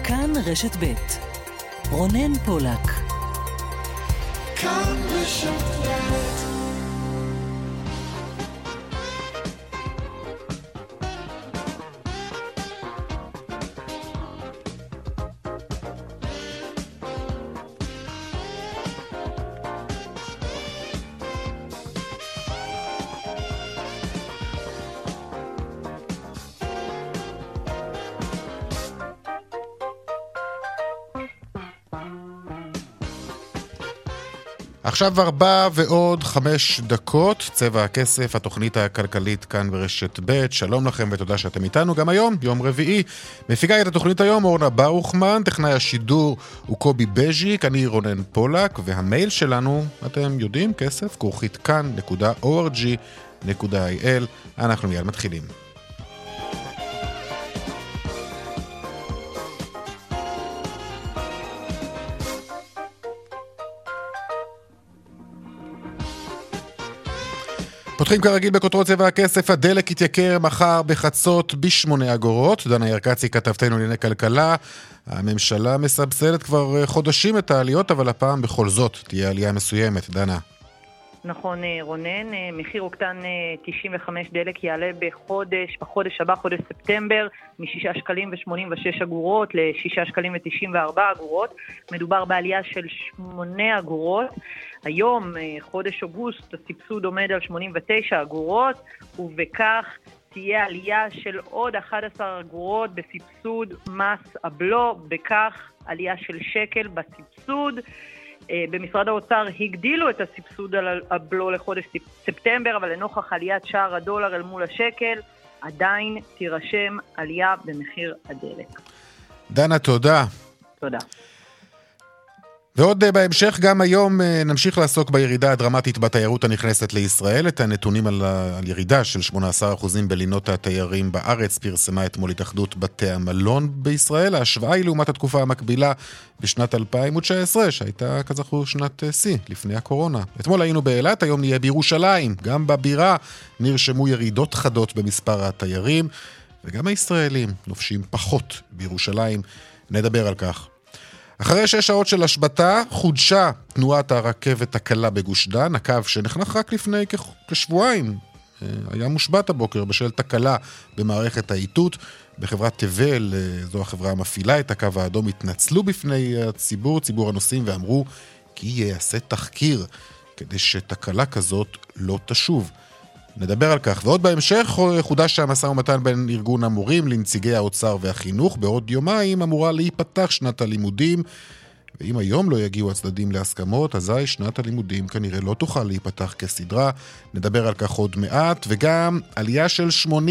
כאן רשת ב' רונן פולק. כאן רשת ב'. עכשיו 4:05, צבע הכסף, התוכנית הכלכלית כאן ברשת ב'. שלום לכם ותודה שאתם איתנו גם היום, יום רביעי. מפיקה את התוכנית היום אורנה ברוכמן, טכנאי השידור הוא קובי בז'יק, אני רונן פולק, והמייל שלנו, אתם יודעים, כסף, @kan.org.il. אנחנו מיד מתחילים. פותחים כרגיל בכותרות צבע הכסף. הדלק יתייקר מחר בחצות ב8 דנה ירקצי, כתבתנו לענייני כלכלה. הממשלה מסבסדת כבר חודשים את העליות, אבל הפעם בכל זאת תהיה עלייה מסוימת. דנה. נכון רונן, מחיר אוקטן 95 דלק יעלה בחודש הבא, חודש ספטמבר, מ6 שקלים ו86 אגורות ל6 שקלים ו94 אגורות. מדובר בעלייה של 8 אגורות. היום, חודש אוגוסט, הסבסוד עומד על 89 אגורות, ובכך תהיה עלייה של עוד 11 אגורות בסבסוד מס הבלו, בכך עלייה של שקל בסבסוד. במשרד האוצר הגדילו את הסבסוד על הבלו לחודש ספטמבר, אבל לנוכח עליית שער הדולר אל מול השקל, עדיין תירשם עלייה במחיר הדלק. דנה, תודה. תודה. ועוד בהמשך, גם היום נמשיך לעסוק בירידה הדרמטית בתיירות הנכנסת לישראל. את הנתונים על ירידה של 18% בלינות התיירים בארץ פרסמה אתמול התאחדות בתי המלון בישראל. ההשוואה היא לעומת התקופה המקבילה בשנת 2019, שהייתה כזכור שנת שיא לפני הקורונה. אתמול היינו באילת, היום נהיה בירושלים. גם בבירה נרשמו ירידות חדות במספר התיירים, וגם הישראלים נופשים פחות בירושלים. נדבר על כך. אחרי 6 שעות של השבתה, חודשה תנועת הרכבת הקלה בגוש דן. הקו שנחנך רק לפני כשבועיים היה מושבת הבוקר בשל תקלה במערכת האיתות. בחברת תבל, זו החברה המפעילה את הקו האדום, התנצלו בפני הציבור, ציבור הנוסעים, ואמרו כי יעשה תחקיר כדי שתקלה כזאת לא תשוב. נדבר על כך. ועוד בהמשך, חודש המשא ומתן בין ארגון המורים לנציגי האוצר והחינוך. בעוד יומיים אמורה להיפתח שנת הלימודים, ואם היום לא יגיעו הצדדים להסכמות, אזי שנת הלימודים כנראה לא תוכל להיפתח כסדרה. נדבר על כך עוד מעט. וגם עלייה של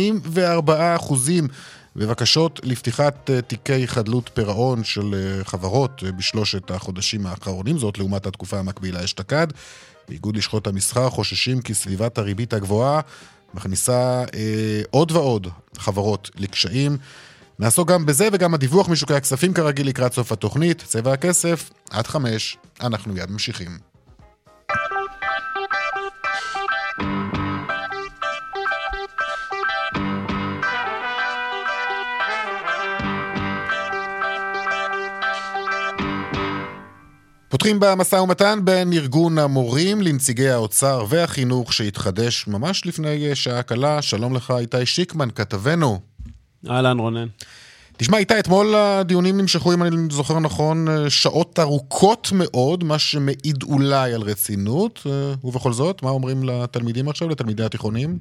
84% בבקשות לפתיחת תיקי חדלות פירעון של חברות בשלושת החודשים האחרונים, זאת לעומת התקופה המקבילה אשתקד. באיגוד לשכות המסחר חוששים כי סביבת הריבית הגבוהה מכניסה עוד ועוד חברות לקשיים. נעסוק גם בזה וגם הדיווח משוקי הכספים כרגיל לקראת סוף התוכנית. צבע הכסף, 5:00, אנחנו מיד ממשיכים. פותחים במשא ומתן בין ארגון המורים לנציגי האוצר והחינוך שהתחדש ממש לפני שעה קלה. שלום לך איתי שיקמן, כתבנו. אהלן רונן. תשמע איתי, אתמול הדיונים נמשכו, אם אני זוכר נכון, שעות ארוכות מאוד, מה שמעיד אולי על רצינות, ובכל זאת, מה אומרים לתלמידים עכשיו, לתלמידי התיכונים?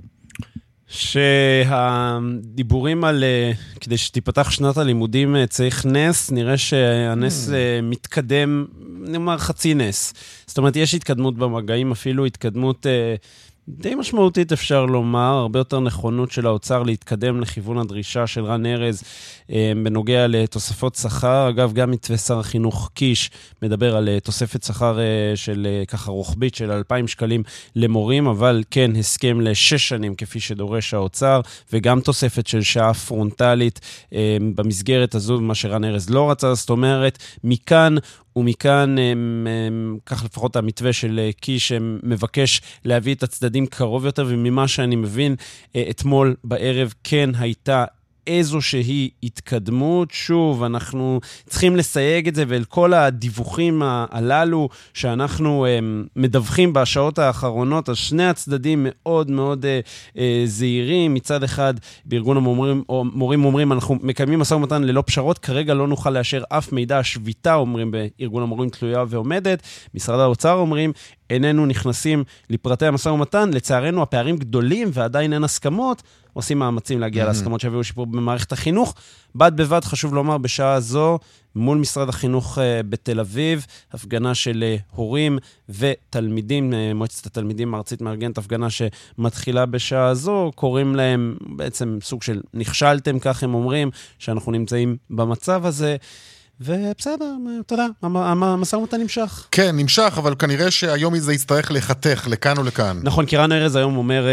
שהדיבורים על כדי שתיפתח שנת הלימודים צריך נס, נראה שהנס מתקדם, נאמר חצי נס. זאת אומרת, יש התקדמות במגעים, אפילו התקדמות די משמעותית אפשר לומר, הרבה יותר נכונות של האוצר להתקדם לכיוון הדרישה של רן ארז בנוגע לתוספות שכר. אגב, גם מתווה שר החינוך קיש מדבר על תוספת שכר של ככה רוחבית של 2,000 שקלים למורים, אבל כן הסכם ל6 שנים כפי שדורש האוצר, וגם תוספת של שעה פרונטלית במסגרת הזו, מה שרן ארז לא רצה. זאת אומרת, מכאן כך לפחות המתווה של קיש מבקש להביא את הצדדים קרוב יותר, וממה שאני מבין, אתמול בערב כן הייתה איזושהי התקדמות. שוב, אנחנו צריכים לסייג את זה, ואל כל הדיווחים הללו שאנחנו מדווחים בשעות האחרונות, אז שני הצדדים מאוד מאוד זהירים. מצד אחד, בארגון המורים אומרים, אנחנו מקיימים משא ומתן ללא פשרות, כרגע לא נוכל לאשר אף מידע. השביתה, אומרים בארגון המורים, תלויה ועומדת. משרד האוצר אומרים, איננו נכנסים לפרטי המשא ומתן, לצערנו הפערים גדולים ועדיין אין הסכמות, עושים מאמצים להגיע להסכמות שיביאו שיפור במערכת החינוך. בד בבד חשוב לומר, בשעה זו, מול משרד החינוך בתל אביב, הפגנה של הורים ותלמידים, מועצת התלמידים הארצית מארגנת הפגנה שמתחילה בשעה זו, קוראים להם בעצם סוג של נכשלתם, כך הם אומרים, שאנחנו נמצאים במצב הזה, ובסדר, תודה, המשא ומתן נמשך. כן, נמשך, אבל כנראה שהיום זה יצטרך לחתך לכאן או לכאן. נכון, קירן ארז היום אומר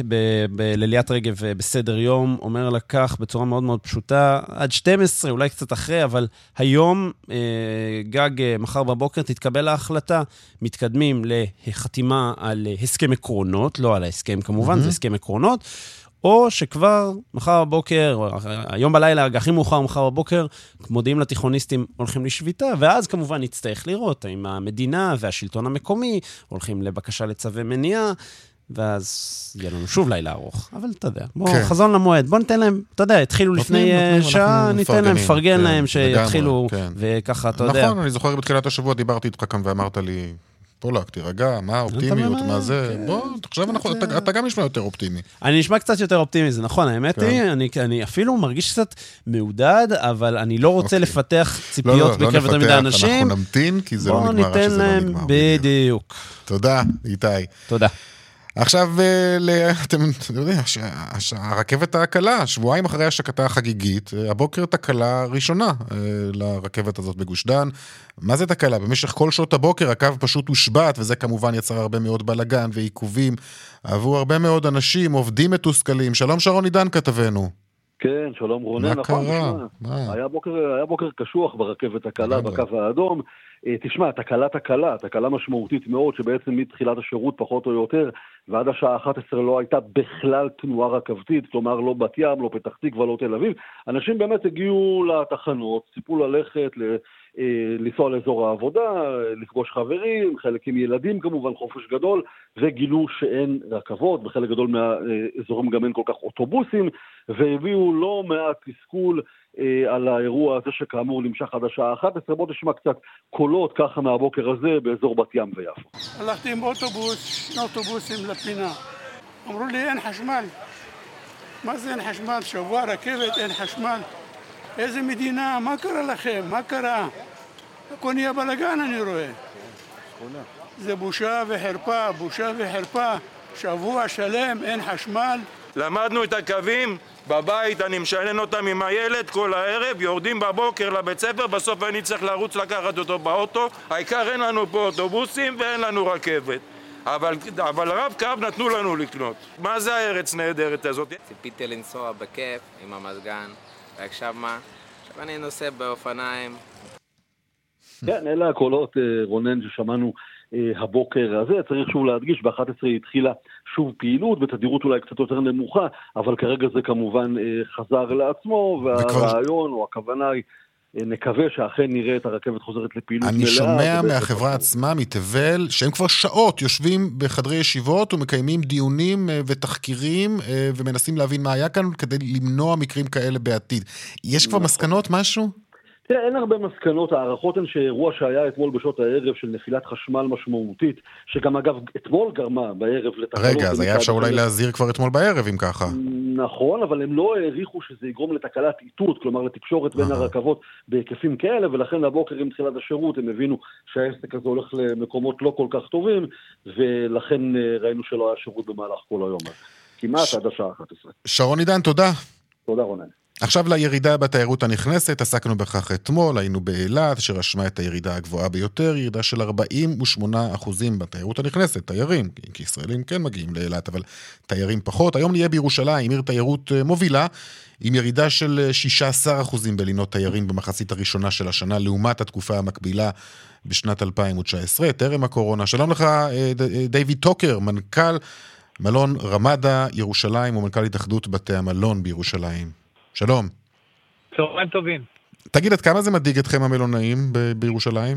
לליאת רגב בסדר יום, אומר לכך בצורה מאוד מאוד פשוטה, עד 12, אולי קצת אחרי, אבל היום, גג מחר בבוקר, תתקבל ההחלטה, מתקדמים לחתימה על הסכם עקרונות, לא על ההסכם כמובן, זה הסכם עקרונות, או שכבר מחר בבוקר, היום בלילה, הכי מאוחר מחר בבוקר, מודיעים לתיכוניסטים הולכים לשביתה, ואז כמובן נצטרך לראות האם המדינה והשלטון המקומי הולכים לבקשה לצווי מניעה, ואז יהיה לנו שוב לילה ארוך. אבל אתה יודע, בוא חזון למועד, בוא ניתן להם, אתה יודע, התחילו לפני שעה, ניתן להם, פרגן להם שיתחילו, וככה, אתה יודע. נכון, אני זוכר בתחילת השבוע, דיברתי איתך כאן ואמרת לי, פולק, תירגע, מה האופטימיות, מה זה? בוא, עכשיו אתה גם נשמע יותר אופטימי. אני נשמע קצת יותר אופטימי, זה נכון, האמת היא, אני אפילו מרגיש קצת מעודד, אבל אני לא רוצה לפתח ציפיות בקרב יותר מדי אנשים. אנחנו נמתין, כי זה לא נגמר עד שזה לא נגמר. בדיוק. תודה, איתי. תודה. עכשיו, אתם יודעים, הרכבת הקלה, שבועיים אחרי השקתה החגיגית, הבוקר תקלה ראשונה לרכבת הזאת בגוש דן. מה זה תקלה? במשך כל שעות הבוקר הקו פשוט הושבת, וזה כמובן יצר הרבה מאוד בלגן ועיכובים עבור הרבה מאוד אנשים, עובדים מתוסכלים. שלום שרון עידן כתבנו. כן, שלום רונן. מה קרה? היה בוקר קשוח ברכבת הקלה בקו האדום. תשמע, תקלה משמעותית מאוד, שבעצם מתחילת השירות פחות או יותר, ועד השעה 11 לא הייתה בכלל תנועה רכבתית, כלומר לא בת ים, לא פתח תקווה, לא תל אביב. אנשים באמת הגיעו לתחנות, ציפו ללכת, לנסוע לאזור העבודה, לפגוש חברים, חלק עם ילדים כמובן, חופש גדול, וגילו שאין רכבות, בחלק גדול מהאזורים גם אין כל כך אוטובוסים, והביאו לא מעט תסכול על האירוע הזה שכאמור נמשך עד השעה 11. בוא נשמע קצת קולות ככה מהבוקר הזה באזור בת ים ויפו. הלכתי עם אוטובוס, שני אוטובוסים לפינה. אמרו לי אין חשמל. מה זה אין חשמל? שבוע רכבת אין חשמל. איזה מדינה? מה קרה לכם? מה קרה? הכל נהיה בלגן אני רואה. זה בושה וחרפה, בושה וחרפה. שבוע שלם אין חשמל. למדנו את הקווים בבית, אני משלן אותם עם הילד כל הערב, יורדים בבוקר לבית ספר, בסוף אני צריך לרוץ לקחת אותו באוטו. העיקר אין לנו פה אוטובוסים ואין לנו רכבת. אבל רב קו נתנו לנו לקנות. מה זה הארץ נהדרת הזאת? ציפיתי לנסוע בכיף עם המזגן, ועכשיו מה? עכשיו אני נוסע באופניים. כן, אלה הקולות, רונן, ששמענו הבוקר הזה. צריך שוב להדגיש, ב-11 התחילה שוב פעילות, בתדירות אולי קצת יותר נמוכה, אבל כרגע זה כמובן חזר לעצמו, והרעיון או הכוונה היא, נקווה שאכן נראה את הרכבת חוזרת לפעילות מלאה. אני שומע מהחברה עצמה, מתבל, שהם כבר שעות יושבים בחדרי ישיבות ומקיימים דיונים ותחקירים ומנסים להבין מה היה כאן כדי למנוע מקרים כאלה בעתיד. יש כבר מסקנות משהו? תראה, אין הרבה מסקנות. הערכות הן שאירוע שהיה אתמול בשעות הערב של נפילת חשמל משמעותית, שגם אגב אתמול גרמה בערב לתחנות. רגע, אז היה אפשר אולי להזהיר כבר אתמול בערב אם ככה. נכון, אבל הם לא העריכו שזה יגרום לתקלת איתות, כלומר לתקשורת בין הרכבות בהיקפים כאלה, ולכן לבוקר עם תחילת השירות הם הבינו שהעסק הזה הולך למקומות לא כל כך טובים, ולכן ראינו שלא היה שירות במהלך כל היום. כמעט עד השעה 11. שרון עידן, תודה. תודה רונן. עכשיו לירידה בתיירות הנכנסת, עסקנו בכך אתמול, היינו באילת, שרשמה את הירידה הגבוהה ביותר, ירידה של 48% בתיירות הנכנסת, תיירים, כי ישראלים כן מגיעים לאילת, אבל תיירים פחות. היום נהיה בירושלים, עיר תיירות מובילה, עם ירידה של 16% בלינות תיירים במחצית הראשונה של השנה, לעומת התקופה המקבילה בשנת 2019, טרם הקורונה. שלום לך, דיוויד טוקר, מנכ"ל מלון רמדה ירושלים, ומנכ"ל התאחדות בתי המלון בירושלים. שלום. צהריים טובים. תגיד, עד כמה זה מדאיג אתכם המלונאים בירושלים?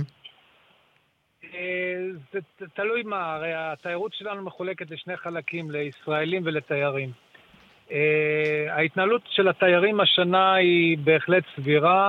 זה תלוי מה, הרי התיירות שלנו מחולקת לשני חלקים, לישראלים ולתיירים. ההתנהלות של התיירים השנה היא בהחלט סבירה,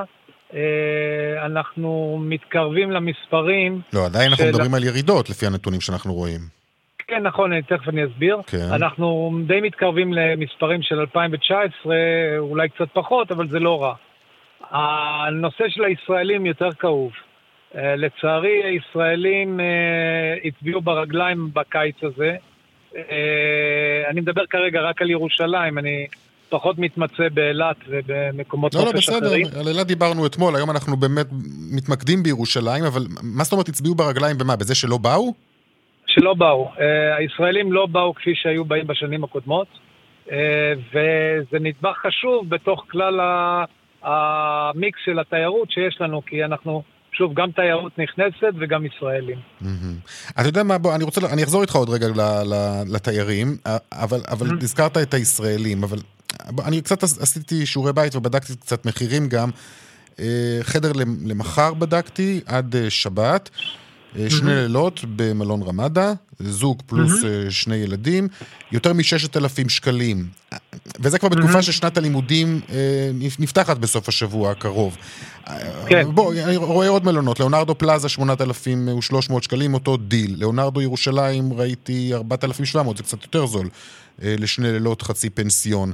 אנחנו מתקרבים למספרים. לא, עדיין אנחנו מדברים על ירידות לפי הנתונים שאנחנו רואים. כן, נכון, תכף אני אסביר. כן. אנחנו די מתקרבים למספרים של 2019, אולי קצת פחות, אבל זה לא רע. הנושא של הישראלים יותר כאוב. לצערי, הישראלים הצביעו ברגליים בקיץ הזה. אני מדבר כרגע רק על ירושלים, אני פחות מתמצא באילת ובמקומות נופש אחרים. בסדר, על אילת דיברנו אתמול, היום אנחנו באמת מתמקדים בירושלים, אבל מה זאת אומרת הצביעו ברגליים במה? בזה שלא באו? שלא באו. הישראלים לא באו כפי שהיו באים בשנים הקודמות, וזה נדבך חשוב בתוך כלל המיקס של התיירות שיש לנו, כי אנחנו, שוב, גם תיירות נכנסת וגם ישראלים. אתה יודע מה, בוא, אני אחזור איתך עוד רגע לתיירים, אבל הזכרת את הישראלים, אבל אני קצת עשיתי שיעורי בית ובדקתי קצת מחירים גם, חדר למחר בדקתי עד שבת, 2 לילות במלון רמדה, זוג פלוס 2 ילדים, יותר מ6,000 שקלים. וזה כבר בתקופה ששנת הלימודים נפתחת בסוף השבוע הקרוב. בוא, אני רואה עוד מלונות. לאונרדו פלאזה 8,300 שקלים, אותו דיל. לאונרדו ירושלים ראיתי 4,700, זה קצת יותר זול. ל2 לילות חצי פנסיון.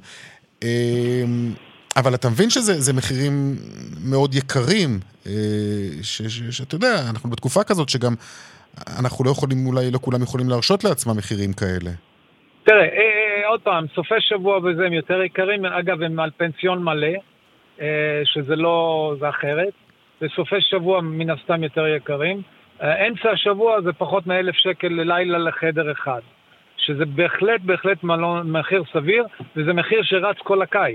אבל אתה מבין שזה מחירים מאוד יקרים, שאתה יודע, אנחנו בתקופה כזאת שגם אנחנו לא יכולים, אולי לא כולם יכולים להרשות לעצמם מחירים כאלה. תראה, עוד פעם, סופי שבוע וזה הם יותר יקרים, אגב הם על פנסיון מלא, שזה לא, זה אחרת, וסופי שבוע מן הסתם יותר יקרים, אמצע השבוע זה פחות מ1,000 שקל ללילה לחדר אחד, שזה בהחלט מחיר סביר, וזה מחיר שרץ כל הקיץ.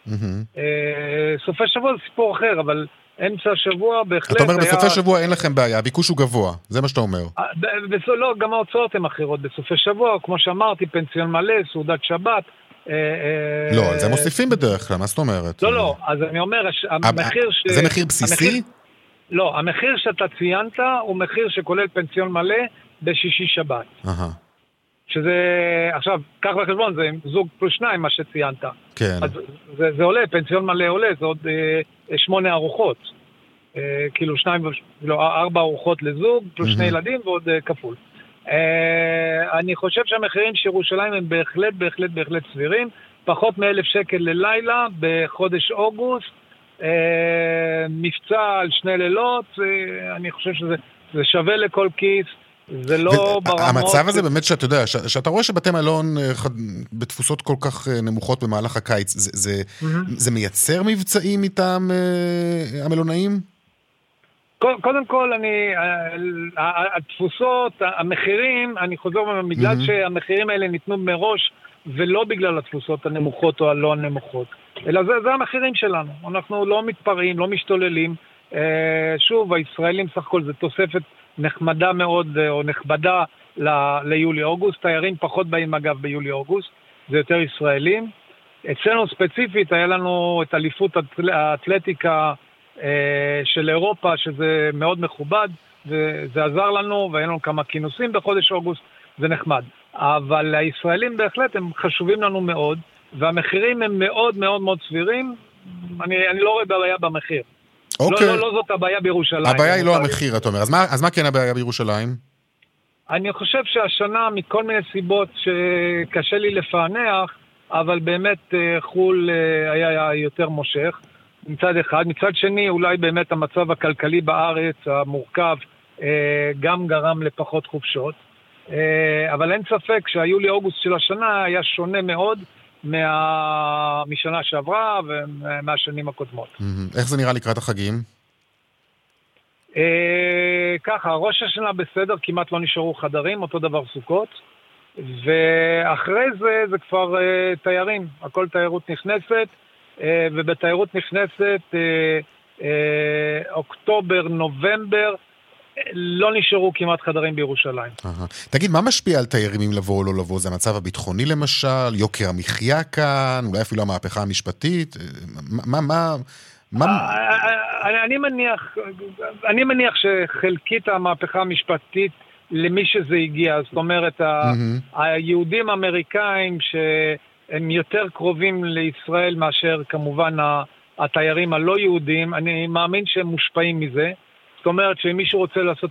סופי שבוע זה סיפור אחר, אבל אמצע השבוע בהחלט אתה אומר בסופי שבוע אין לכם בעיה, הביקוש הוא גבוה, זה מה שאתה אומר. לא, גם ההוצאות הן אחרות בסופי שבוע, כמו שאמרתי, פנסיון מלא, סעודת שבת. לא, על זה מוסיפים בדרך כלל, מה זאת אומרת? לא, אז אני אומר, המחיר זה מחיר בסיסי? לא, המחיר שאתה ציינת הוא מחיר שכולל פנסיון מלא בשישי שבת. שזה, עכשיו, כך בחשבון, זה זוג פלוס 2 מה שציינת. כן. אז זה עולה, פנסיון מלא עולה, זה עוד 8 ארוחות. כאילו 4 ארוחות לזוג, פלוס 2 ילדים ועוד כפול. אני חושב שהמחירים של ירושלים הם בהחלט סבירים. פחות מ1,000 שקל ללילה בחודש אוגוסט. מבצע על 2 לילות, אני חושב שזה שווה לכל כיס. זה לא ברמות... המצב הזה באמת שאתה יודע, שאתה רואה שבתי מלון בתפוסות כל כך נמוכות במהלך הקיץ, זה מייצר מבצעים מטעם המלונאים? קודם כל, התפוסות, המחירים, אני חוזר בגלל שהמחירים האלה ניתנו מראש, ולא בגלל התפוסות הנמוכות או הלא הנמוכות, אלא זה המחירים שלנו. אנחנו לא מתפרעים, לא משתוללים. שוב, הישראלים סך הכל זה תוספת נחמדה מאוד, או נכבדה ליולי-אוגוסט. תיירים פחות באים אגב ביולי-אוגוסט, זה יותר ישראלים. אצלנו ספציפית היה לנו את אליפות האתלטיקה של אירופה, שזה מאוד מכובד, וזה עזר לנו, והיינו לנו כמה כינוסים בחודש אוגוסט, זה נחמד. אבל הישראלים בהחלט הם חשובים לנו מאוד, והמחירים הם מאוד מאוד מאוד סבירים. אני לא רואה בעיה במחיר. לא זאת הבעיה בירושלים. הבעיה היא לא המחיר, אתה אומר. אז מה כן הבעיה בירושלים? אני חושב שהשנה, מכל מיני סיבות שקשה לי לפענח, אבל באמת חול היה יותר מושך, מצד אחד. מצד שני, אולי באמת המצב הכלכלי בארץ, המורכב, גם גרם לפחות חופשות. אבל אין ספק שהיולי-אוגוסט של השנה היה שונה מאוד משנה שעברה ומהשנים הקודמות. איך זה נראה לקראת החגים? ככה, ראש השנה בסדר, כמעט לא נשארו חדרים, אותו דבר סוכות, ואחרי זה כבר תיירים, הכל תיירות נכנסת, ובתיירות נכנסת אוקטובר, נובמבר, לא נשארו כמעט חדרים בירושלים. תגיד, מה משפיע על תיירים אם לבוא או לא לבוא? זה המצב הביטחוני למשל, יוקר המחיה כאן, אולי אפילו המהפכה המשפטית? אני מניח שחלקית המהפכה המשפטית למי שזה הגיע, זאת אומרת, היהודים האמריקאים שהם יותר קרובים לישראל מאשר כמובן התיירים הלא יהודים, אני מאמין שהם מושפעים מזה. זאת אומרת שאם מישהו רוצה לעשות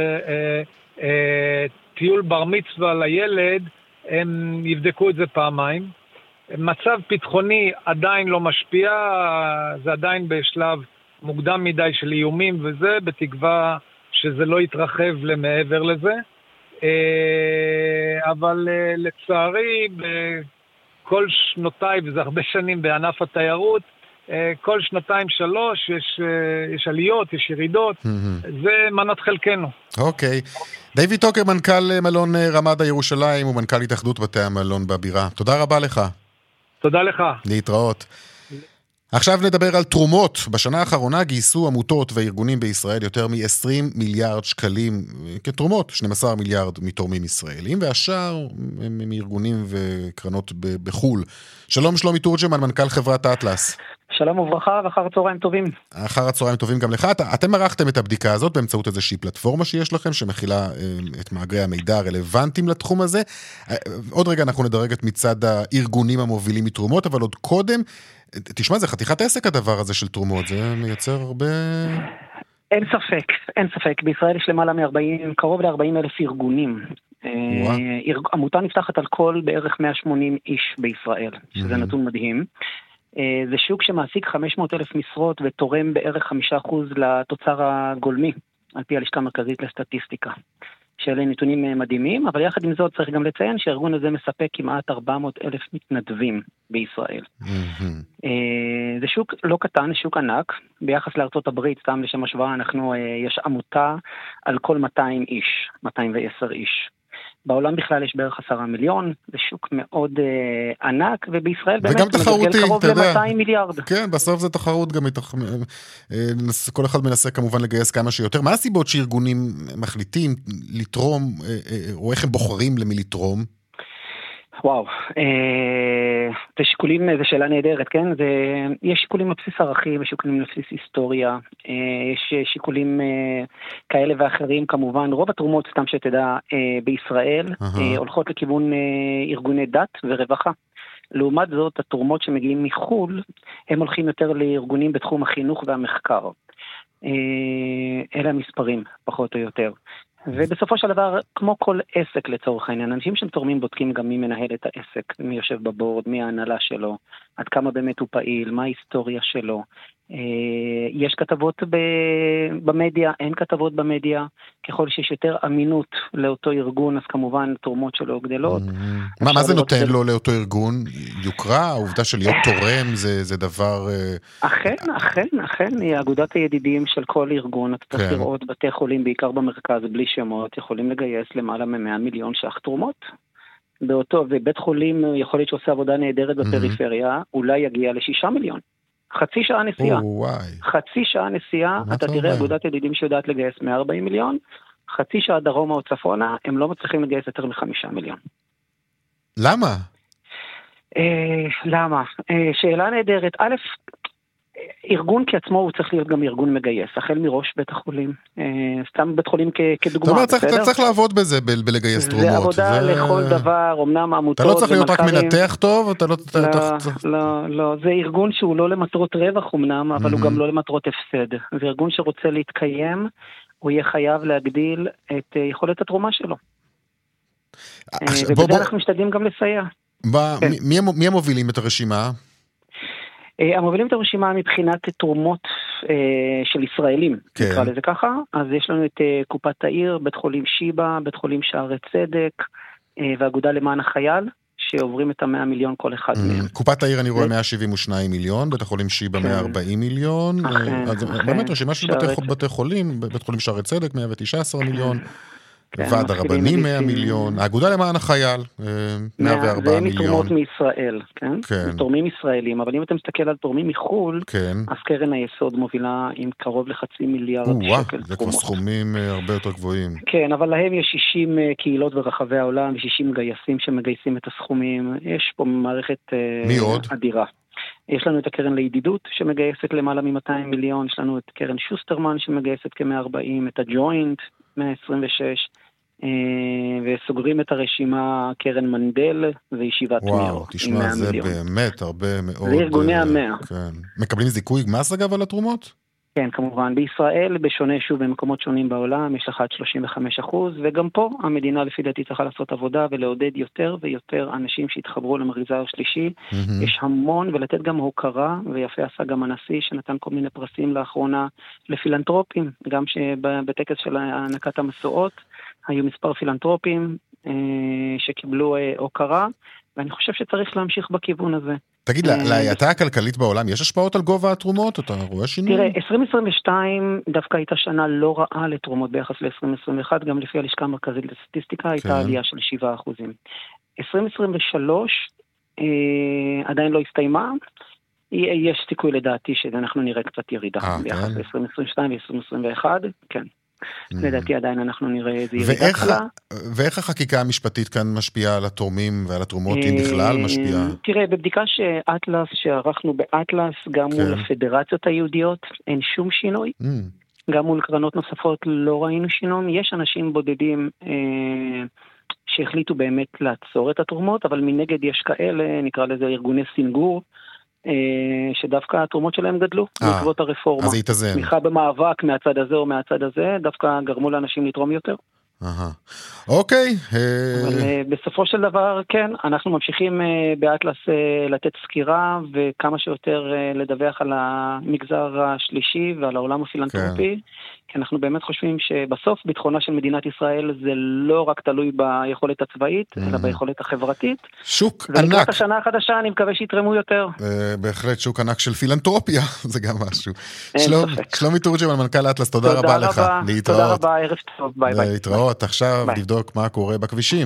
טיול בר מצווה לילד, הם יבדקו את זה פעמיים. מצב ביטחוני עדיין לא משפיע, זה עדיין בשלב מוקדם מדי של איומים וזה, בתקווה שזה לא יתרחב למעבר לזה. אבל לצערי, בכל שנותיי, וזה הרבה שנים בענף התיירות, כל 2-3 יש עליות, יש ירידות, זה מנת חלקנו. אוקיי. דיוויד טוקר, מנכ"ל מלון רמדה ירושלים ומנכ"ל התאחדות בתי המלון בבירה. תודה רבה לך. תודה לך. להתראות. עכשיו נדבר על תרומות. בשנה האחרונה גייסו עמותות וארגונים בישראל יותר מ-20 מיליארד שקלים כתרומות, 12 מיליארד מתורמים ישראלים, והשאר הם מארגונים וקרנות בחול. שלום שלומי תורג'מן, מנכ"ל חברת אטלס. שלום וברכה, ואחר הצהריים טובים. אחר הצהריים טובים גם לך. אתם ערכתם את הבדיקה הזאת באמצעות איזושהי פלטפורמה שיש לכם, שמכילה את מאגרי המידע הרלוונטיים לתחום הזה. עוד רגע אנחנו נדרג את מצד הארגונים המובילים מתרומות, אבל עוד קודם, תשמע, זה חתיכת עסק הדבר הזה של תרומות, זה מייצר הרבה... אין ספק. בישראל יש למעלה קרוב ל-40,000 ארגונים. עמותה נפתחת על כל בערך 180 איש בישראל, שזה נתון מדהים. זה שוק שמעסיק 500,000 משרות ותורם בערך 5% לתוצר הגולמי, על פי הלשכה המרכזית לסטטיסטיקה. שאלה נתונים מדהימים, אבל יחד עם זאת צריך גם לציין שהארגון הזה מספק כמעט 400,000 מתנדבים בישראל. זה שוק לא קטן, שוק ענק. ביחס לארצות הברית, סתם לשם השוואה, יש עמותה על כל 200 איש, 210 איש. בעולם בכלל יש בערך 10 מיליון, זה שוק מאוד ענק, ובישראל באמת מגלגל קרוב ל-200 מיליארד. כן, בסוף זה תחרות גם, כל אחד מנסה כמובן לגייס כמה שיותר. מה הסיבות שארגונים מחליטים לתרום, או איך הם בוחרים למי לתרום? וואו, זה שיקולים, זו שאלה נהדרת, כן? יש שיקולים לבסיס ערכים, יש שיקולים לבסיס היסטוריה, יש שיקולים כאלה ואחרים, כמובן, רוב התרומות, סתם שתדע, בישראל, הולכות לכיוון ארגוני דת ורווחה. לעומת זאת, התרומות שמגיעים מחול, הם הולכים יותר לארגונים בתחום החינוך והמחקר. אלה המספרים, פחות או יותר. ובסופו של דבר, כמו כל עסק לצורך העניין, אנשים שתורמים בודקים גם מי מנהל את העסק, מי יושב בבורד, מי ההנהלה שלו, עד כמה באמת הוא פעיל, מה ההיסטוריה שלו. יש כתבות במדיה, אין כתבות במדיה, ככל שיש יותר אמינות לאותו ארגון, אז כמובן תורמות שלו גדלות. מה זה נותן לו לאותו ארגון? יוקרה? העובדה של להיות תורם זה דבר... אכן, היא אגודת הידידים של כל ארגון, אתה צריך לראות בתי חולים, בעיקר במרכז, בלי שמות, יכולים לגייס למעלה מ100 מיליון ש"ח תרומות. ובית חולים יכול להיות שעושה עבודה נהדרת בפריפריה, אולי יגיע ל6 מיליון. חצי שעה נסיעה, אתה תראה אגודת ידידים שיודעת לגייס 140 מיליון, חצי שעה דרומה או צפונה, הם לא מצליחים לגייס יותר מ5 מיליון. למה? למה? שאלה נהדרת. א', ארגון כעצמו הוא צריך להיות גם ארגון מגייס, החל מראש בית החולים, סתם בית חולים כדוגמה. זאת אומרת, אתה צריך לעבוד בזה, בלגייס תרומות. זה עבודה לכל דבר, אמנם עמותות. אתה לא צריך להיות רק מנתח טוב? לא, זה ארגון שהוא לא למטרות רווח אמנם, אבל הוא גם לא למטרות הפסד. זה ארגון שרוצה להתקיים, הוא יהיה חייב להגדיל את יכולת התרומה שלו. ובזה אנחנו משתדלים גם לסייע. מי המובילים את הרשימה? המובילים את הרשימה מבחינת תרומות של ישראלים, נקרא לזה ככה. אז יש לנו את קופת העיר, בית חולים שיבא, בית חולים שערי צדק, והאגודה למען החייל, שעוברים את 100 מיליון כל אחד מהם. קופת העיר אני רואה 172 מיליון, בית החולים שיבא 140 מיליון. באמת רשימה של בתי חולים, בית חולים שערי צדק 119 מיליון. ועד הרבנים 100 מיליון, האגודה למען החייל 104 זה מיליון. מתרומות מישראל, כן? כן. תורמים ישראלים, אבל אם אתה מסתכל על תורמים מחול, כן. אז קרן היסוד מובילה עם קרוב ל500 מיליארד שקל זה כבר תרומות. סכומים הרבה יותר גבוהים. כן, אבל להם יש 60 קהילות ברחבי העולם, ו60 גייסים שמגייסים את הסכומים. יש פה מערכת אדירה. יש לנו את הקרן לידידות שמגייסת למעלה מ200 מיליון, יש לנו את קרן שוסטרמן שמגייסת כ140, את הג'וינט 126, וסוגרים את הרשימה קרן מנדל וישיבת מיור. וואו, תשמע, זה באמת הרבה מאוד. זה ארגוני המאה. כן. מקבלים זיכוי מס אגב על התרומות? כן, כמובן. בישראל, בשונה שוב במקומות שונים בעולם, יש לך עד 35%, וגם פה המדינה לפי דעתי צריכה לעשות עבודה ולעודד יותר ויותר אנשים שהתחברו למגזר השלישי. יש המון, ולתת גם הוקרה, ויפה עשה גם הנשיא שנתן כל מיני פרסים לאחרונה לפילנטרופים, גם שבטקס של הענקת המסועות, היו מספר פילנטרופים שקיבלו הוקרה, ואני חושב שצריך להמשיך בכיוון הזה. תגיד, להייתה הכלכלית בעולם, יש השפעות על גובה התרומות? אתה רואה שינוי? תראה, 2022 דווקא הייתה שנה לא רעה לתרומות ביחס ל-2021, גם לפי הלשכה המרכזית לסטטיסטיקה הייתה עלייה של 7%. 2023 עדיין לא הסתיימה, יש סיכוי לדעתי שאנחנו נראה קצת ירידה ביחס ל-2022 ו-2021, כן. לדעתי עדיין אנחנו נראה איזה ירידה קלה. ואיך החקיקה המשפטית כאן משפיעה על התורמים ועל התרומות, אם בכלל משפיעה? תראה, בבדיקה שערכנו באטלס, גם מול הפדרציות היהודיות, אין שום שינוי. גם מול קרנות נוספות לא ראינו שינוי. יש אנשים בודדים שהחליטו באמת לעצור את התרומות, אבל מנגד יש כאלה, נקרא לזה ארגוני סינגור, שדווקא התרומות שלהם גדלו בעקבות הרפורמה. אז התאזן. תמיכה במאבק מהצד הזה או מהצד הזה, דווקא גרמו לאנשים לתרום יותר. אוקיי. אבל בסופו של דבר, כן, אנחנו ממשיכים באטלס לתת סקירה, וכמה שיותר לדווח על המגזר השלישי ועל העולם הפילנטרופי, כי אנחנו באמת חושבים שבסוף ביטחונה של מדינת ישראל זה לא רק תלוי ביכולת הצבאית, אלא ביכולת החברתית. שוק ענק. ולקראת השנה החדשה אני מקווה שיתרמו יותר. בהחלט שוק ענק של פילנטרופיה, זה גם משהו. שלומי תורג'מן, מנכ"ל אטלס, תודה רבה לך. תודה רבה, ערב טוב, ביי ביי. להתראות, עכשיו נבדוק מה קורה בכבישים.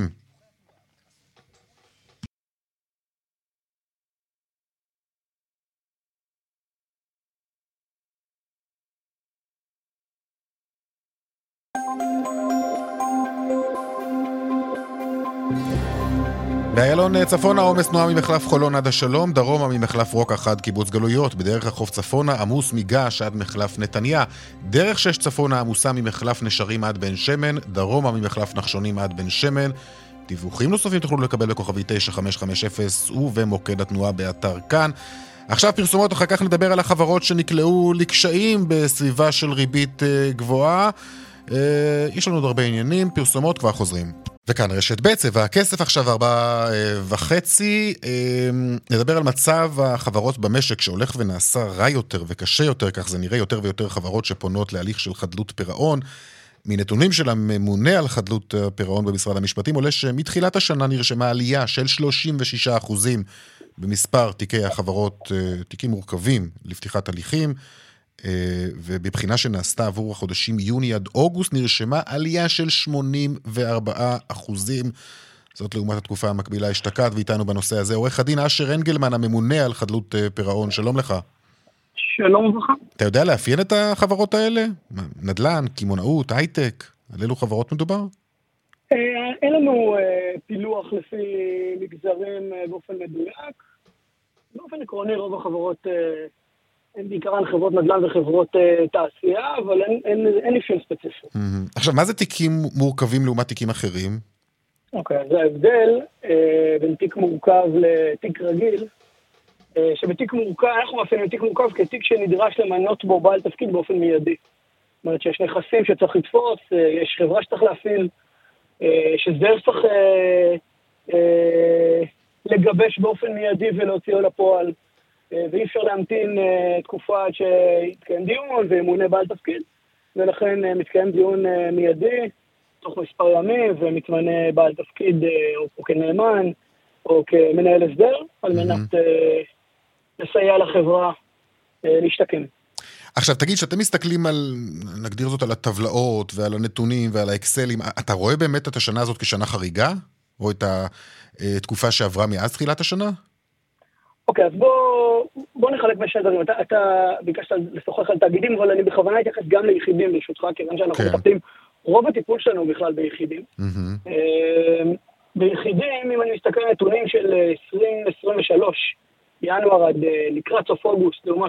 באיילון צפונה עומס תנועה ממחלף חולון עד השלום, דרומה ממחלף רוק 1 קיבוץ גלויות, בדרך החוף צפונה עמוס מגש עד מחלף נתניה, דרך 6 צפונה עמוסה ממחלף נשרים עד בן שמן, דרומה ממחלף נחשונים עד בן שמן. דיווחים נוספים תוכלו לקבל בכוכבי 9550 ובמוקד התנועה באתר כאן. עכשיו פרסומות, אחר כך נדבר על החברות שנקלעו לקשיים בסביבה של ריבית גבוהה. יש לנו עוד הרבה עניינים, פרסומות, כבר חוזרים. וכאן רשת ב' צבע הכסף, עכשיו 4:30. נדבר על מצב החברות במשק שהולך ונעשה רע יותר וקשה יותר, כך זה נראה, יותר ויותר חברות שפונות להליך של חדלות פירעון. מנתונים של הממונה על חדלות פירעון במשרד המשפטים עולה שמתחילת השנה נרשמה עלייה של 36% במספר תיקי החברות, תיקים מורכבים לפתיחת הליכים, ובבחינה שנעשתה עבור החודשים יוני עד אוגוסט נרשמה עלייה של 84%. זאת לעומת התקופה המקבילה אשתקד, ואיתנו בנושא הזה עורך הדין אשר אנגלמן, הממונה על חדלות פירעון. שלום לך. שלום וברכה. אתה יודע לאפיין את החברות האלה? נדל"ן, קמעונאות, הייטק, על אילו חברות מדובר? אין לנו פילוח לפי מגזרים באופן מדויק. באופן עקרוני רוב החברות הן בעיקרן חברות נדל"ן וחברות תעשייה, אבל אין אפיון ספציפי. עכשיו, מה זה תיקים מורכבים לעומת תיקים אחרים? אוקיי, אז ההבדל בין תיק מורכב לתיק רגיל, שבתיק מורכב, אנחנו מאפיינים תיק מורכב כתיק שנדרש למנות בו בעל תפקיד באופן מיידי. זאת אומרת שיש נכסים שצריך לתפוס, יש חברה שצריך להפעיל, שזר צריך לגבש באופן מיידי ולהוציאו לפועל, ואי אפשר להמתין תקופה עד שיתקיים דיון וימונה בעל תפקיד, ולכן מתקיים דיון מיידי תוך מספר ימים, ומתמנה בעל תפקיד או כנאמן או כמנהל הסדר, על מנת לסייע לחברה להשתקם. עכשיו, תגיד, שאתם מסתכלים על, נגדיר זאת, על הטבלאות ועל הנתונים ועל האקסלים, אתה רואה באמת את השנה הזאת כשנה חריגה? או את התקופה שעברה מאז תחילת השנה? אוקיי, אז בוא נחלק בשני דברים. אתה ביקשת לשוחח על תאגידים, אבל אני בכוונה אתייחס גם ליחידים ברשותך, כיוון שאנחנו מטפלים, רוב הטיפול שלנו בכלל ביחידים. ביחידים, אם אני מסתכל על נתונים של 2023, ינואר עד לקראת סוף אוגוסט, לעומת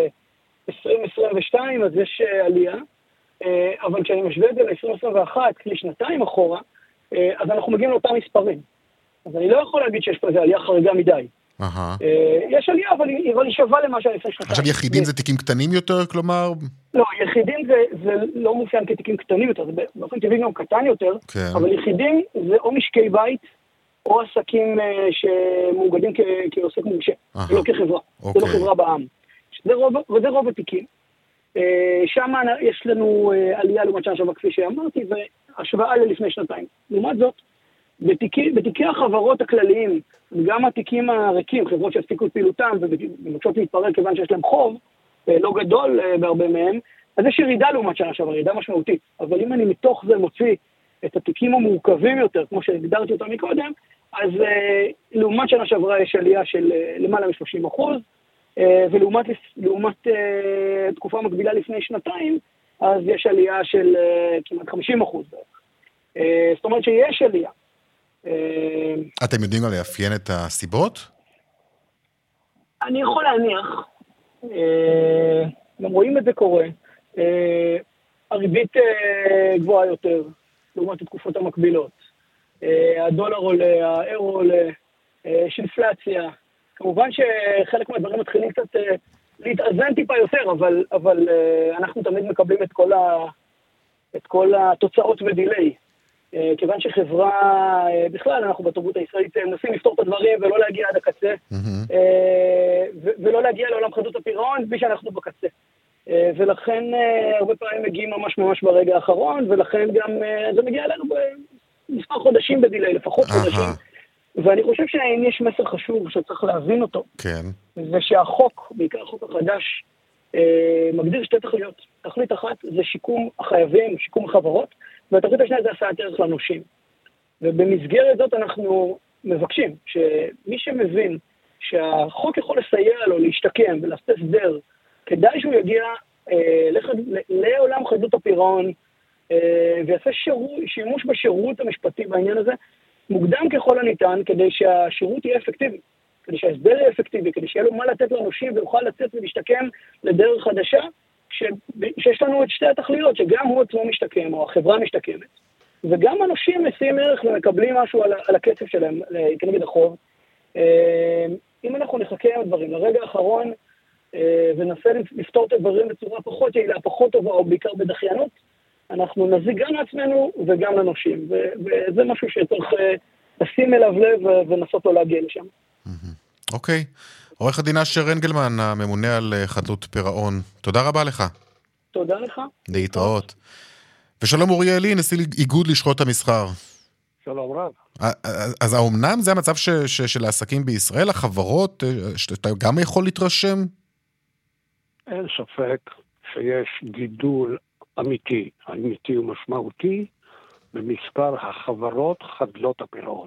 2022, אז יש עלייה. אבל כשאני משווה את זה ל-2021, כלי שנתיים אחורה, אז אנחנו מגיעים לאותם מספרים. אז אני לא יכול להגיד שיש פה איזו עלייה חריגה מדי. יש עלייה, אבל היא שווה למה שהיה לפני שנתיים. עכשיו, יחידים זה תיקים קטנים יותר, כלומר? לא, יחידים זה לא מופיין כתיקים קטנים יותר, זה באופן טבעי גם קטן יותר, אבל יחידים זה או משקי בית, או עסקים שמאוגדים כעוסק מורשה, ולא כחברה. זה לא חברה בעם. וזה רוב התיקים. שם יש לנו עלייה לעומת שנה שעברה, כפי שאמרתי, והשוואה ללפני שנתיים. לעומת זאת, בתיקי החברות הכלליים, גם התיקים הריקים, חברות שהפסיקו את פעילותם ומבקשות להתפרק כיוון שיש להם חוב, לא גדול בהרבה מהם, אז יש ירידה לעומת שנה שעברה, ירידה משמעותית. אבל אם אני מתוך זה מוציא את התיקים המורכבים יותר, כמו שהגדרתי אותם מקודם, אז לעומת שנה שעברה יש עלייה של למעלה מ-30%, ולעומת תקופה מקבילה לפני שנתיים, אז יש עלייה של כמעט 50% בערך. זאת אומרת שיש עלייה. אתם יודעים לאפיין את הסיבות? אני יכול להניח, גם רואים את זה קורה, הריבית גבוהה יותר, לעומת התקופות המקבילות. הדולר עולה, האירו עולה, יש אינפלציה. כמובן שחלק מהדברים מתחילים קצת להתאזן טיפה יותר, אבל אנחנו תמיד מקבלים את כל התוצאות בדיליי. כיוון שחברה, בכלל אנחנו בתרבות הישראלית מנסים לפתור את הדברים ולא להגיע עד הקצה, ולא להגיע לעולם חדלות הפירעון בלי שאנחנו בקצה. ולכן הרבה פעמים מגיעים ממש ברגע האחרון, ולכן גם זה מגיע אלינו במספר חודשים בדיליי, לפחות חודשים. ואני חושב שאם יש מסר חשוב שצריך להבין אותו, זה שהחוק, בעיקר החוק החדש, מגדיר שתי תכליות. תכלית אחת זה שיקום החייבים, שיקום החברות, והתכלית השנייה זה השאת ערך לנושים. ובמסגרת זאת אנחנו מבקשים שמי שמבין שהחוק יכול לסייע לו להשתקם ולעשות הסדר, כדאי שהוא יגיע לעולם חדלות הפירעון, ויעשה שימוש בשירות המשפטי בעניין הזה, מוקדם ככל הניתן, כדי שהשירות יהיה אפקטיבי, כדי שההסדר יהיה אפקטיבי, כדי שיהיה לו מה לתת לנושים, ויוכל לצאת ולהשתקם לדרך חדשה, שיש לנו את שתי התכליות, שגם הוא עצמו משתקם, או החברה משתקמת, וגם הנושים משיאים ערך ומקבלים משהו על הכסף שלהם, כנגד החוב. אם אנחנו נחכה עם הדברים לרגע האחרון, וננסה לפתור את הדברים בצורה פחות יעילה, פחות טובה, או בעיקר בדחיינות, אנחנו נזיק גם לעצמנו וגם לנושים, וזה משהו שצריך לשים אליו לב ונסות לו להגיע לשם. אוקיי. עורך הדין אשר רנגלמן, הממונה על חדלות פירעון, תודה רבה לך. תודה לך. להתראות. ושלום אוריאלי, נשיא איגוד לשכות המסחר. שלום רב. אז האומנם זה המצב של העסקים בישראל, החברות, שאתה גם יכול להתרשם? אין ספק שיש גידול אמיתי ומשמעותי במספר החברות חדלות הפירעון.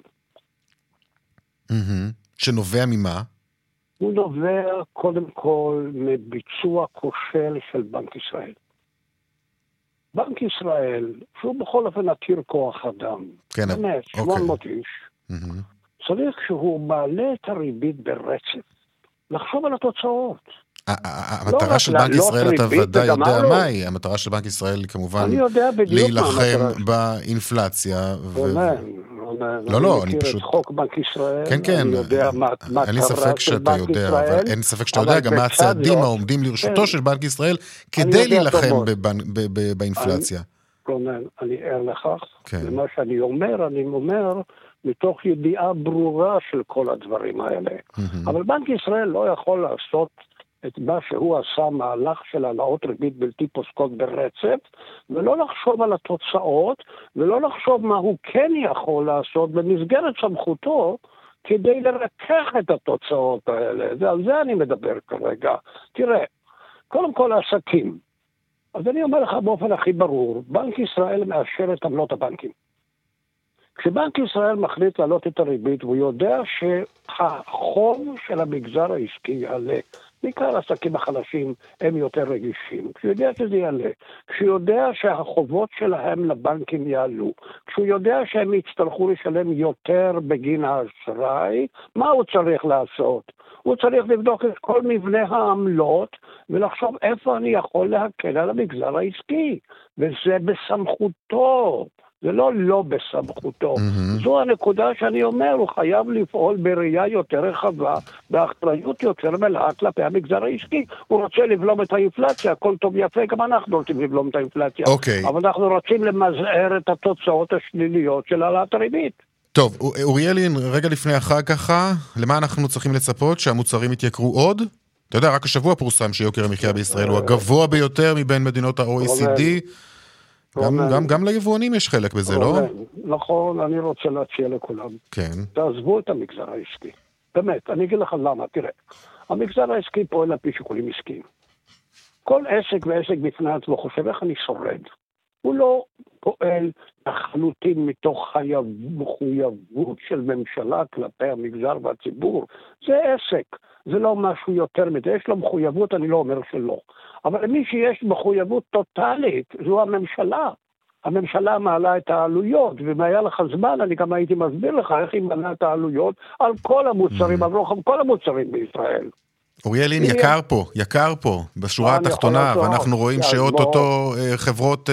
שנובע ממה? הוא נובע קודם כל מביצוע כושל של בנק ישראל. בנק ישראל, שהוא בכל אופן עתיר כוח אדם, באמת, 800 איש, צריך שהוא מעלה את הריבית ברצף, לחשוב על התוצאות. המטרה של בנק ישראל, אתה ודאי יודע מהי, המטרה של בנק ישראל היא כמובן להילחם באינפלציה. לא, אני פשוט... חוק בנק ישראל, כן, אין לי ספק שאתה יודע, אבל אין ספק שאתה יודע גם מה הצעדים העומדים לרשותו של בנק ישראל כדי להילחם באינפלציה. אני ער לכך, ומה שאני אומר, אני אומר מתוך ידיעה ברורה של כל הדברים האלה. אבל בנק ישראל לא יכול לעשות את מה שהוא עשה, מהלך של העלאות ריבית בלתי פוסקות ברצף, ולא לחשוב על התוצאות, ולא לחשוב מה הוא כן יכול לעשות במסגרת סמכותו, כדי לרכך את התוצאות האלה. ועל זה אני מדבר כרגע. תראה, קודם כל העסקים. אז אני אומר לך באופן הכי ברור, בנק ישראל מאשר את עמלות הבנקים. כשבנק ישראל מחליט להעלות את הריבית, והוא יודע שהחוב של המגזר העסקי יעלה, בעיקר העסקים החלשים הם יותר רגישים. כשהוא יודע שזה יעלה, כשהוא יודע שהחובות שלהם לבנקים יעלו, כשהוא יודע שהם יצטרכו לשלם יותר בגין האשראי, מה הוא צריך לעשות? הוא צריך לבדוק את כל מבנה העמלות ולחשוב איפה אני יכול להקל על המגזר העסקי, וזה בסמכותו. זה לא בסמכותו. זו הנקודה שאני אומר, הוא חייב לפעול בראייה יותר רחבה, באחריות יותר מלאה כלפי המגזר העסקי. הוא רוצה לבלום את האינפלציה, הכל טוב יפה, גם אנחנו רוצים לבלום את האינפלציה. אבל אנחנו רוצים למזער את התוצאות השליליות של העלאת הריבית. טוב, אוריאלין, רגע לפני החג ככה, למה אנחנו צריכים לצפות? שהמוצרים יתייקרו עוד? אתה יודע, רק השבוע פורסם שיוקר המחיה בישראל הוא הגבוה ביותר מבין מדינות ה-OECD. גם ליבואנים יש חלק בזה, לא? נכון, אני רוצה להציע לכולם. כן. תעזבו את המגזר העסקי. באמת, אני אגיד לך למה, תראה. המגזר העסקי פועל על פי שיקולים עסקיים. כל עסק ועסק בפני עצמו חושב איך אני שורד. הוא לא פועל לחלוטין מתוך מחויבות של ממשלה כלפי המגזר והציבור. זה עסק, זה לא משהו יותר מדי. יש לו מחויבות, אני לא אומר שלא. אבל למי שיש מחויבות טוטלית, זו הממשלה. הממשלה מעלה את העלויות, ואם היה לך זמן, אני גם הייתי מסביר לך איך היא מעלה את העלויות על כל המוצרים, על רוחב כל המוצרים בישראל. אוריאלין, יקר פה, בשורה התחתונה, ואנחנו רואים שאוטוטו חברות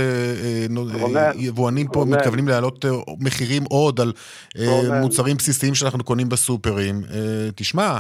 יבואנים פה מתכוונים להעלות מחירים עוד על מוצרים בסיסיים שאנחנו קונים בסופרים. תשמע,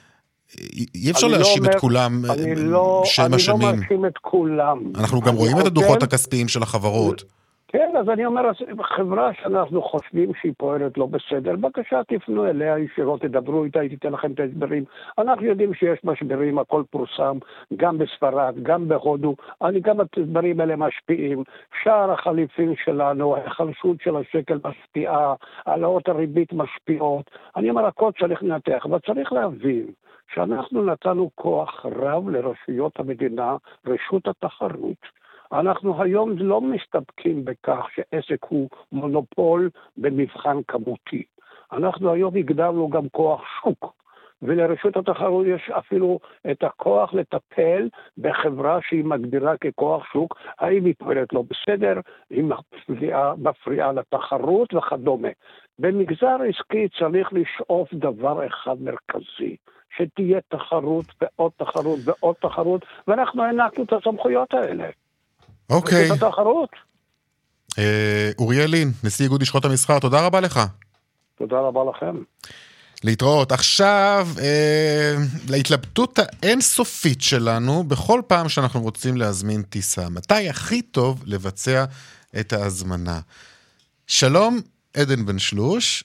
אי אפשר להאשים את כולם שהם אשמים. אני לא מאשים את כולם. אנחנו גם רואים את הדוחות הכספיים של החברות. כן, אז אני אומר, חברה שאנחנו חושבים שהיא פועלת לא בסדר, בבקשה תפנו אליה ישירות, תדברו איתה, היא תיתן לכם את ההסברים. אנחנו יודעים שיש משברים, הכל פורסם, גם בספרד, גם בהודו, גם הדברים האלה משפיעים. שער החליפין שלנו, החלשות של השקל משפיעה, העלאות הריבית משפיעות. אני אומר, הכל צריך לנתח, אבל צריך להבין שאנחנו נתנו כוח רב לרשויות המדינה, רשות התחרות. אנחנו היום לא מסתפקים בכך שעסק הוא מונופול במבחן כמותי. אנחנו היום הגדרנו גם כוח שוק, ולרשות התחרות יש אפילו את הכוח לטפל בחברה שהיא מגדירה ככוח שוק, האם היא פועלת לא בסדר, היא מפריעה לתחרות וכדומה. במגזר עסקי צריך לשאוף דבר אחד מרכזי, שתהיה תחרות ועוד תחרות ועוד תחרות, ואנחנו הענקנו את הסמכויות האלה. אוקיי. אוריאלין, נשיא איגוד לשכות המסחר, תודה רבה לך. תודה רבה לכם. להתראות. עכשיו, להתלבטות האינסופית שלנו, בכל פעם שאנחנו רוצים להזמין טיסה, מתי הכי טוב לבצע את ההזמנה? שלום, עדן בן שלוש.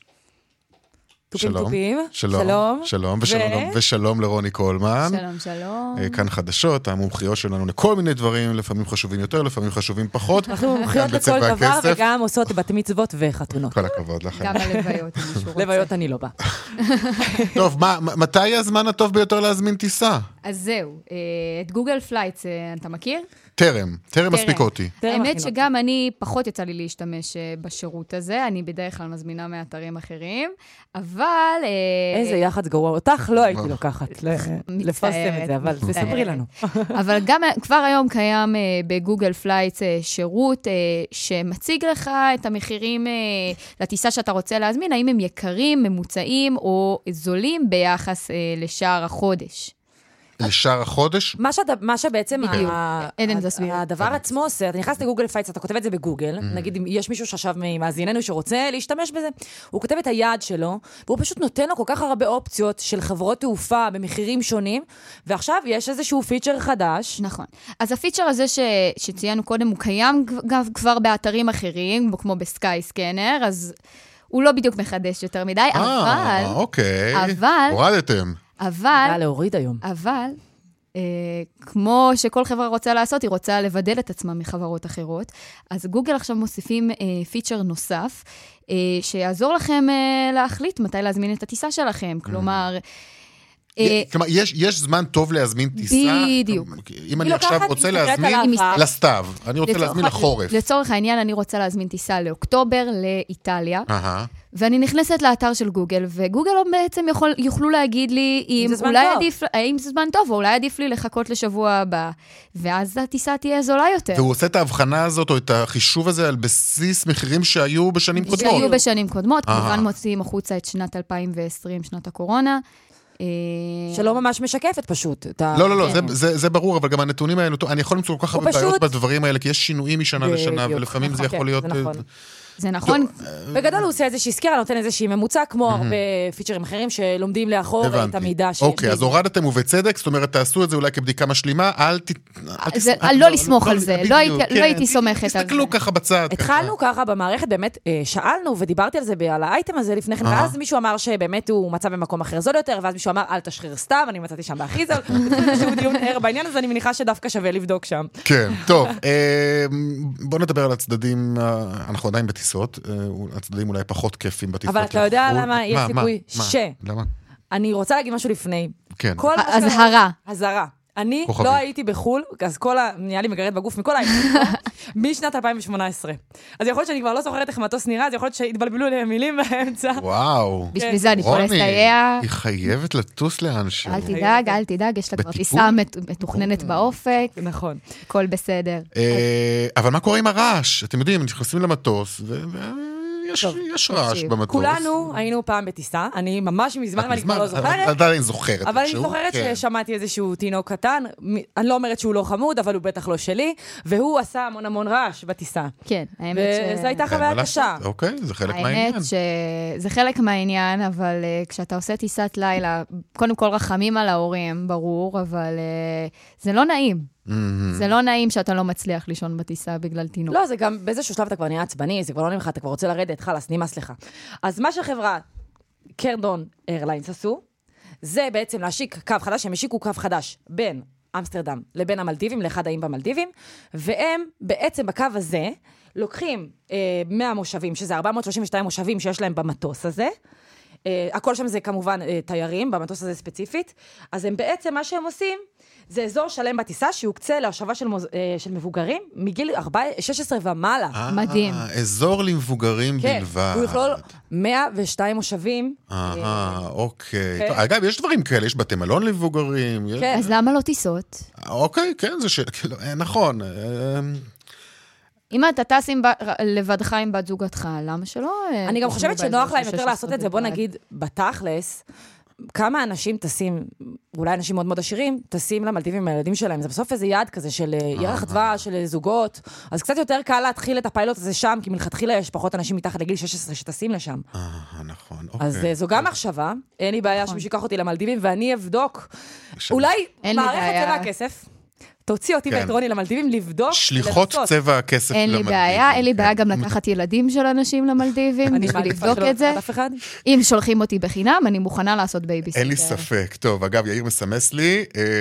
שלום, ושלום לרוני קולמן. שלום. כאן חדשות, המומחיות שלנו לכל מיני דברים, לפעמים חשובים יותר, לפעמים חשובים פחות. אנחנו מומחיות לכל דבר, וגם עושות בת מצוות וחתונות. כל הכבוד לכם. גם הלוויות. לוויות אני לא בא. טוב, מתי הזמן הטוב ביותר להזמין טיסה? אז זהו, את גוגל פלייטס, אתה מכיר? טרם מספיק אותי. האמת שגם אני, פחות יצא לי להשתמש בשירות הזה, אני בדרך כלל מזמינה מאתרים אחרים, אבל... איזה יח"צ גרוע, אותך לא הייתי לוקחת לפרסם את זה, אבל תספרי לנו. אבל גם כבר היום קיים בגוגל פלייטס שירות שמציג לך את המחירים לטיסה שאתה רוצה להזמין, האם הם יקרים, ממוצעים או זולים ביחס לשער החודש. לשער החודש? מה שבעצם הדבר עצמו עושה, אתה נכנס לגוגל פלייטס, אתה כותב את זה בגוגל, נגיד אם יש מישהו שחשב ממאזיננו שרוצה להשתמש בזה, הוא כותב את היעד שלו, והוא פשוט נותן לו כל כך הרבה אופציות של חברות תעופה במחירים שונים, ועכשיו יש איזשהו פיצ'ר חדש. נכון. אז הפיצ'ר הזה שציינו קודם, הוא קיים כבר באתרים אחרים, כמו בסקאי סקנר, אז הוא לא בדיוק מחדש יותר מדי, אוקיי. הורדתם. אבל, כמו שכל חברה רוצה לעשות, היא רוצה לבדל את עצמה מחברות אחרות. אז גוגל עכשיו מוסיפים פיצ'ר נוסף, שיעזור לכם להחליט מתי להזמין את הטיסה שלכם. כלומר, כלומר, יש זמן טוב להזמין טיסה? בדיוק. אם אני עכשיו רוצה להזמין לסתיו, אני רוצה להזמין לחורף. לצורך העניין, אני רוצה להזמין טיסה לאוקטובר, לאיטליה, ואני נכנסת לאתר של גוגל, וגוגל בעצם יוכלו להגיד לי אם זה זמן טוב, או אולי עדיף לי לחכות לשבוע הבא, ואז הטיסה תהיה זולה יותר. והוא עושה את ההבחנה הזאת, או את החישוב הזה, על בסיס מחירים שהיו בשנים קודמות. שהיו בשנים קודמות, כמובן מוציאים החוצה את שנת 2020, שנת הקורונה. שלא ממש משקפת פשוט. לא, זה ברור, אבל גם הנתונים האלה, אני יכול למצוא כל כך הרבה בעיות בדברים האלה, כי יש שינויים משנה לשנה, ולפעמים זה יכול להיות... זה נכון. בגדול הוא עושה איזושהי סקירה, נותן איזושהי ממוצע, כמו הרבה פיצ'רים אחרים שלומדים לאחור את המידע שיש. אוקיי, אז הורדתם ובצדק, זאת אומרת, תעשו את זה אולי כבדיקה משלימה, לא לסמוך על זה, לא הייתי סומכת על זה. תסתכלו ככה בצד. התחלנו ככה במערכת, באמת שאלנו ודיברתי על זה, על האייטם הזה לפני כן, ואז מישהו אמר שבאמת הוא מצא במקום אחר זול יותר, ואז מישהו אמר, אל תשחרר סתם, אני מצאתי שם בהכי זול, שהוא דיון ער בעניין הזה, אני מניחה שדווקא שווה לבדוק שם. כן, טוב. בוא נדבר על הצדדים, אנחנו עדיין בטיסות, הצדדים אולי פחות כיפים בטיסות. אבל אתה יודע למה יש סיכוי למה? אני רוצה להגיד משהו לפני. כן. הזרה. אני לא הייתי בחול, אז נהיה לי מגרד בגוף מכל הייתי, משנת 2018. אז יכול להיות שאני כבר לא זוכרת איך מטוס נראה, אז יכול להיות שהתבלבלו לי מילים באמצע. וואו. בשביל זה אני פה לסייע. היא חייבת לטוס לאנשהו. אל תדאג, יש לה כבר טיסה מתוכננת באופק. נכון. הכל בסדר. אבל מה קורה עם הרעש? אתם יודעים, נכנסים למטוס, יש רעש במטוס. כולנו היינו פעם בטיסה, אני ממש מזמן, ואני כבר לא זוכרת. עדיין זוכרת. אבל אני זוכרת ששמעתי איזשהו תינוק קטן, אני לא אומרת שהוא לא חמוד, אבל הוא בטח לא שלי, והוא עשה המון המון רעש בטיסה. כן, האמת וזו הייתה חוויה קשה. אוקיי, זה חלק מהעניין. האמת שזה חלק מהעניין, אבל כשאתה עושה טיסת לילה, קודם כל רחמים על ההורים, ברור, אבל זה לא נעים. זה לא נעים שאתה לא מצליח לישון בטיסה בגלל תינוק. לא, זה גם באיזשהו שלב אתה כבר נהיה עצבני, זה כבר לא נמחה, אתה כבר רוצה לרדת, חלס, נמאס לך. אז מה שהחברה קרדון איירליינס עשו, זה בעצם להשיק קו חדש, הם השיקו קו חדש בין אמסטרדם לבין המלדיבים, לאחד האיים במלדיבים, והם בעצם בקו הזה לוקחים 100 מושבים, שזה 432 מושבים שיש להם במטוס הזה, הכל שם זה כמובן תיירים, במטוס הזה ספציפית, אז הם בעצם מה שהם עושים, זה אזור שלם בטיסה שיוקצה להשבה של מבוגרים מגיל 16 ומעלה. מדהים. אזור למבוגרים בלבד. הוא יכלול 102 מושבים. אוקיי. אגב, יש דברים כאלה, יש בתי מלון למבוגרים. אז למה לא טיסות? אוקיי, כן, זה נכון. אם אתה טס לבדך עם בת זוגתך, למה שלא? אני גם חושבת שנוח להם יותר לעשות את זה, בוא נגיד, בתכלס, כמה אנשים טסים, אולי אנשים מאוד מאוד עשירים, טסים למלדיבים עם הילדים שלהם. זה בסוף איזה יעד כזה של ירח דבש, של זוגות. אז קצת יותר קל להתחיל את הפיילוט הזה שם, כי מלכתחילה יש פחות אנשים מתחת לגיל 16 שטסים לשם. נכון. אז זו גם מחשבה. אין לי בעיה שמשיקח אותי למלדיבים, ואני אבדוק. אולי מערכת צבע הכסף. תוציא אותי ואת רוני למלדיבים לבדוק. שליחות צבע הכסף למלדיבים. אין לי בעיה גם לקחת ילדים של אנשים למלדיבים, בשביל לבדוק את זה. אם שולחים אותי בחינם, אני מוכנה לעשות בייביסיטר. אין לי ספק. טוב, אגב, יאיר מסמס לי,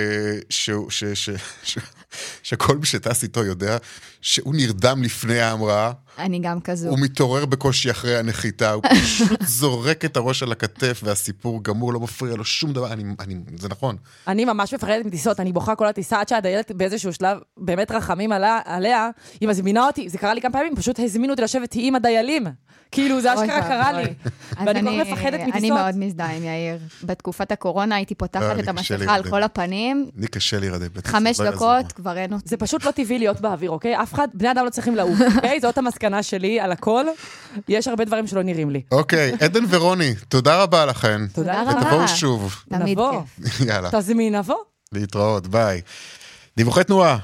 שכל מי שטס איתו יודע שהוא נרדם לפני ההמראה. אני גם כזו. הוא מתעורר בקושי אחרי הנחיתה, הוא פשוט זורק את הראש על הכתף, והסיפור גמור, לא מפריע לו שום דבר, זה נכון. אני ממש מפחדת מטיסות, אני בוכה כל הטיסה, עד שהדיילת באיזשהו שלב, באמת רחמים עליה, היא מזמינה אותי, זה קרה לי כמה פעמים, פשוט הזמינו אותי לשבת עם הדיילים. כאילו, זה אשכרה קרה לי. ואני כבר מפחדת מטיסות. אני מאוד מזדהה עם יאיר. בתקופת הקורונה הייתי פותחת את המסכה על כל הפנים. לי קשה להירדם. 5 דקות, כבר אין אותי. זה פשוט לא טבעי להיות באוויר, אוקיי? אף אחד, בני אדם לא צריכים לעוף, אוקיי? זאת המסקנה שלי על הכל. יש הרבה דברים שלא נראים לי. אוקיי, עדן ורוני, תודה רבה לכן. תודה רבה. ותבואו שוב. תמיד כיף. יאללה. תזמין, נבוא. להתראות, ביי. דיווחי תנועה.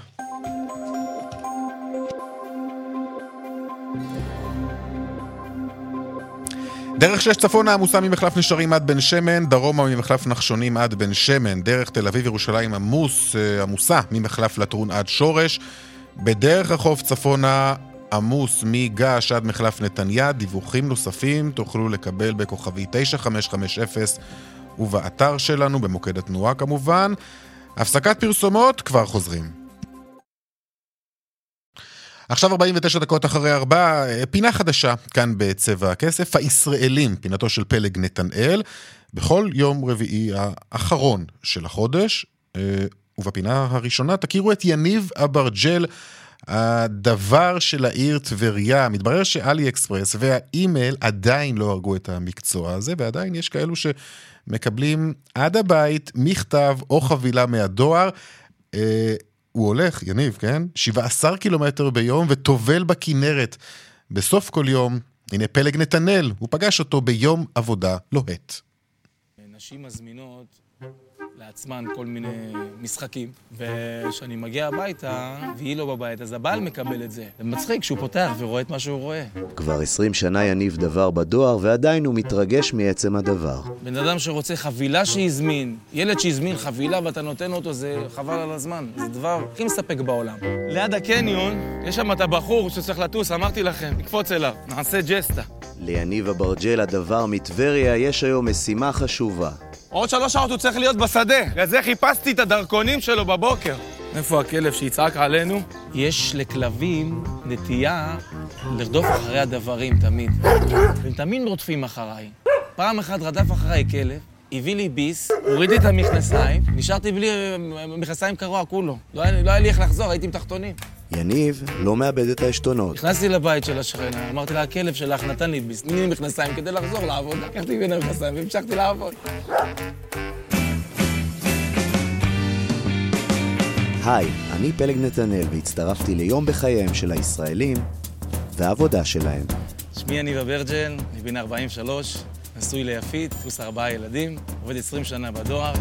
דרך 6 צפונה עמוסה ממחלף נשרים עד בן שמן, דרומה ממחלף נחשונים עד בן שמן, דרך תל אביב ירושלים עמוסה ממחלף לטרון עד שורש, בדרך החוף צפונה עמוס מגש עד מחלף נתניה. דיווחים נוספים תוכלו לקבל בכוכבי 9550 ובאתר שלנו במוקד התנועה כמובן. הפסקת פרסומות, כבר חוזרים. עכשיו 49 דקות אחרי 4, פינה חדשה כאן בצבע הכסף, הישראלים, פינתו של פלג נתנאל, בכל יום רביעי האחרון של החודש, ובפינה הראשונה תכירו את יניב אברג'ל, הדבר של העיר טבריה. מתברר שאלי אקספרס והאימייל עדיין לא הרגו את המקצוע הזה, ועדיין יש כאלו שמקבלים עד הבית מכתב או חבילה מהדואר. הוא הולך, יניב, כן? 17 קילומטר ביום וטובל בכנרת. בסוף כל יום, הנה פלג נתנאל, הוא פגש אותו ביום עבודה לוהט. נשים מזמינות לעצמן כל מיני משחקים, וכשאני מגיע הביתה והיא לא בבית, אז הבעל מקבל את זה. זה מצחיק שהוא פותח ורואה את מה שהוא רואה. כבר 20 שנה יניב דבר בדואר, ועדיין הוא מתרגש מעצם הדבר. בן אדם שרוצה חבילה שהזמין, ילד שהזמין חבילה ואתה נותן אותו, זה חבל על הזמן. זה דבר הכי מספק בעולם. ליד הקניון, יש שם את הבחור שצריך לטוס, אמרתי לכם, נקפוץ אליו, נעשה ג'סטה. ליניב אברג'ל הדבר מטבריה יש היום משימה חשובה. עוד 3 שעות הוא צריך להיות בשדה. לזה חיפשתי את הדרכונים שלו בבוקר. איפה הכלב שיצעק עלינו? יש לכלבים נטייה לרדוף אחרי הדברים תמיד. הם תמיד רודפים אחריי. פעם אחת רדף אחריי כלב, הביא לי ביס, הוריד את המכנסיים, נשארתי בלי מכנסיים קרוע כולו. לא היה לי איך לחזור, הייתי עם תחתונים. יניב לא מאבד את העשתונות. נכנסתי לבית של השכנה, אמרתי לה, הכלב שלך נתן לי ביס, תני לי מכנסיים כדי לחזור לעבוד. לקחתי בין המכנסיים והמשכתי לעבוד. היי, אני פלג נתנאל והצטרפתי ליום בחייהם של הישראלים והעבודה שלהם. שמי יניב אברג'ל, אני בן 43, נשוי ליפית, פלוס 4 ילדים, עובד 20 שנה בדואר.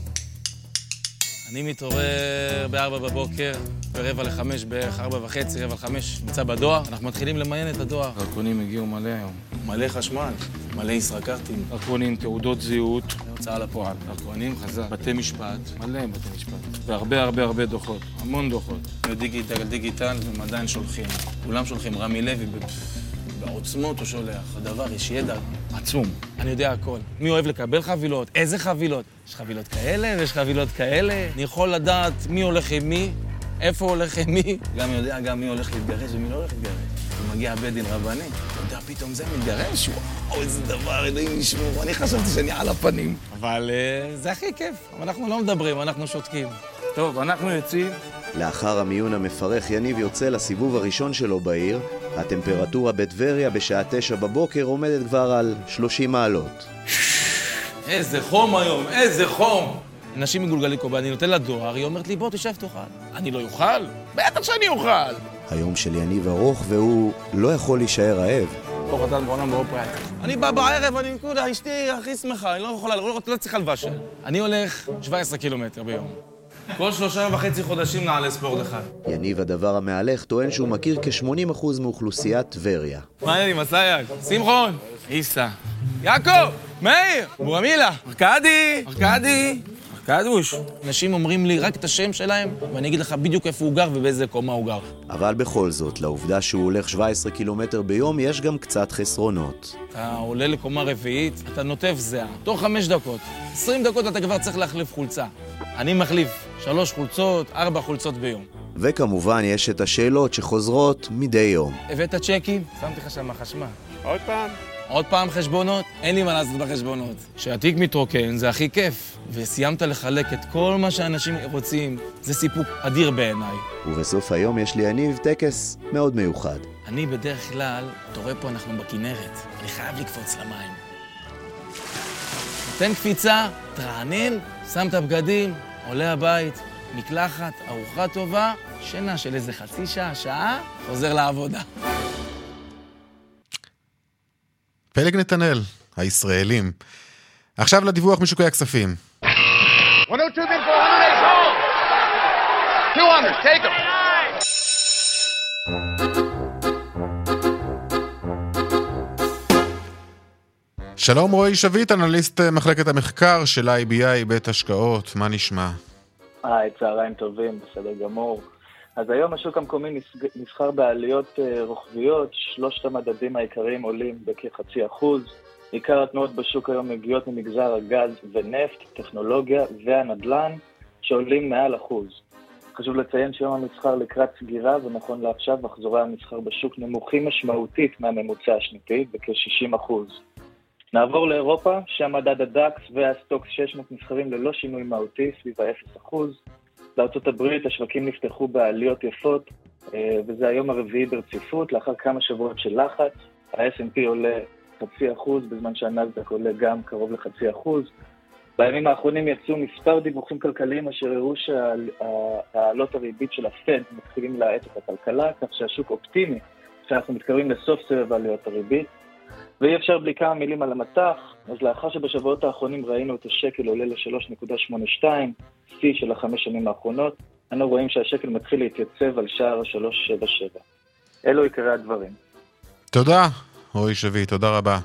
אני מתעורר ב-4 בבוקר, ב-4:45 בערך, 4:30, 4:45, נמצא בדואר. אנחנו מתחילים למיין את הדואר. דרכונים הגיעו מלא היום. מלא חשמל, מלא ישראכרטים. דרכונים, תעודות זהות, הוצאה לפועל. דרכונים חזק, בתי משפט, מלא בתי משפט. והרבה הרבה הרבה דוחות, המון דוחות. דיגיטל, והם עדיין שולחים. כולם שולחים, רמי לוי בעוצמות הוא שולח. הדבר, יש ידע עצום. אני יודע הכל. מי אוהב לקבל חבילות? איזה חבילות? יש חבילות כאלה ויש חבילות כאלה. אני יכול לדעת מי הולך עם מי, איפה הולך עם מי. גם יודע גם מי הולך להתגרש ומי לא הולך להתגרש. הוא מגיע בית דין רבני. אתה יודע, פתאום זה מתגרש. וואו, איזה דבר, אלוהים ישמור. אני חשבתי שאני על הפנים. אבל זה הכי כיף. אבל אנחנו לא מדברים, אנחנו שותקים. טוב, אנחנו יוצאים. לאחר המיון המפרך יניב יוצא לסיבוב הראשון שלו בעיר. הטמפרטורה בטבריה בשעה 9 בבוקר עומדת כבר על 30 מעלות. איזה חום היום, איזה חום! נשים מגולגלי קובה, אני נותן לה דואר, היא אומרת לי, בוא תשב תאכל. אני לא יוכל? בטח שאני אוכל! היום של יניב ארוך והוא לא יכול להישאר רעב. פה חתן בעולם לא פרט. אני בא בערב, אני נקודה, אשתי הכי שמחה, אני לא יכולה, לא צריכה לבשל. אני הולך 17 קילומטר ביום. כל 3.5 חודשים נעלה ספורט אחד. יניב הדבר המהלך טוען שהוא מכיר כ-80% מאוכלוסיית טבריה. מה העניינים, מסייג? שמחון, איסה, יעקב, מאיר, בורמילה, ארקדי, ארקדוש. אנשים אומרים לי רק את השם שלהם, ואני אגיד לך בדיוק איפה הוא גר ובאיזה קומה הוא גר. אבל בכל זאת, לעובדה שהוא הולך 17 קילומטר ביום, יש גם קצת חסרונות. אתה עולה לקומה רביעית, אתה נוטף זהה. תוך 5 דקות, 20 דקות אתה כבר צריך להחליף חולצה. אני מחליף 3 חולצות, 4 חולצות ביום. וכמובן יש את השאלות שחוזרות מדי יום. הבאת צ'קים? שמתי לך שם חשמל. עוד פעם? עוד פעם חשבונות? אין לי מה לעשות בחשבונות. כשהתיק מתרוקן זה הכי כיף. וסיימת לחלק את כל מה שאנשים רוצים. זה סיפוק אדיר בעיניי. ובסוף היום יש לי יניב טקס מאוד מיוחד. אני בדרך כלל, אתה רואה פה אנחנו בכנרת. אני חייב לקפוץ למים. נותן קפיצה, תרענן, שם את הבגדים, עולה הבית, מקלחת, ארוחה טובה, שינה של איזה חצי שעה, שעה, חוזר לעבודה. פלג נתנאל, הישראלים. עכשיו לדיווח משוקי הכספים. 102 bid for 100, 200, take them. שלום רועי שביט, אנליסט מחלקת המחקר של IBI בית השקעות, מה נשמע? צהריים טובים, בסדר גמור. אז היום השוק המקומי נסחר בעליות רוחביות, 3 המדדים העיקריים עולים בכ0.5%. עיקר התנועות בשוק היום מגיעות ממגזר הגז ונפט, טכנולוגיה והנדל"ן, שעולים מעל 1%. חשוב לציין שיום המסחר לקראת סגירה, ונכון לעכשיו מחזורי המסחר בשוק נמוכים משמעותית מהממוצע השנתי, בכ-60%. נעבור לאירופה, שם מדד הדקס והסטוקס 600 נסחרים ללא שינוי מהותי, סביב ה-0%. בארצות הברית השווקים נפתחו בעליות יפות, וזה היום הרביעי ברציפות, לאחר כמה שבועות של לחץ. ה-S&P עולה 0.5%, בזמן שהנאסד"ק עולה גם קרוב ל0.5%. בימים האחרונים יצאו מספר דיווחים כלכליים אשר הראו שהעלות הריבית של הפד מתחילים להאט את הכלכלה, כך שהשוק אופטימי שאנחנו מתקרבים לסוף סבב עליות הריבית. ואי אפשר בלי כמה מילים על המטח, אז לאחר שבשבועות האחרונים ראינו את השקל עולה ל-3.82, שיא של 5 שנים האחרונות, אנו רואים שהשקל מתחיל להתייצב על שער 3.77. אלו עיקרי הדברים. תודה, רועי שביט, תודה רבה.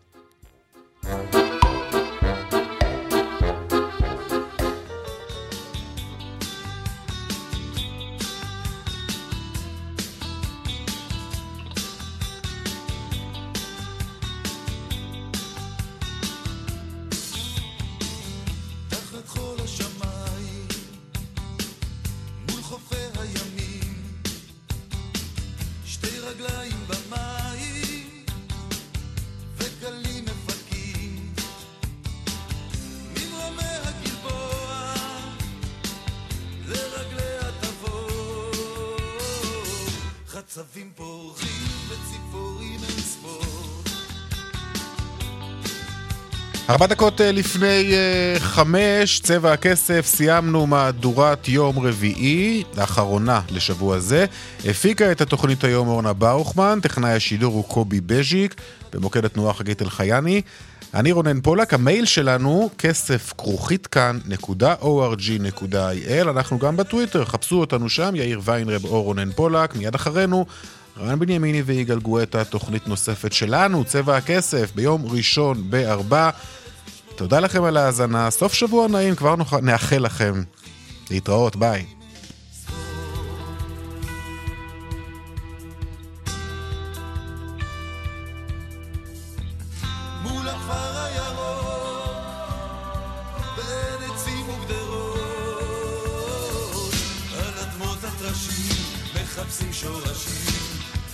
צבים פורחים וציפורים אין ספור. 4 דקות לפני 5, צבע הכסף, סיימנו מהדורת יום רביעי, האחרונה לשבוע זה. הפיקה את התוכנית היום אורנה באוכמן, טכנאי השידור הוא קובי בז'יק, במוקד התנועה חגית אלחייני. אני רונן פולק, המייל שלנו כסף@כאן.org.il. אנחנו גם בטוויטר, חפשו אותנו שם, יאיר ויינרב או רונן פולק. מיד אחרינו רן בנימיני ויגאל גואטה, תוכנית נוספת שלנו, צבע הכסף, ביום ראשון ב-4. תודה לכם על ההאזנה, סוף שבוע נעים, כבר נאחל לכם. להתראות, ביי. מחפשים שורשים,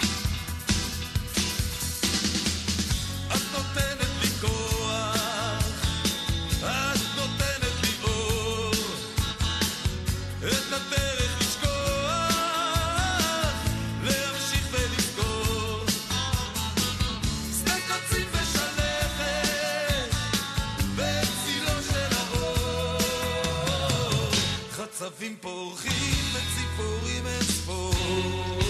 את נותנת לי כוח, את נותנת לי אור, את הדרך לשכוח, להמשיך ולזכור, שדה קוצים ושלכת, בצילו של האור, חצבים פורחים וציפורים אין ספור.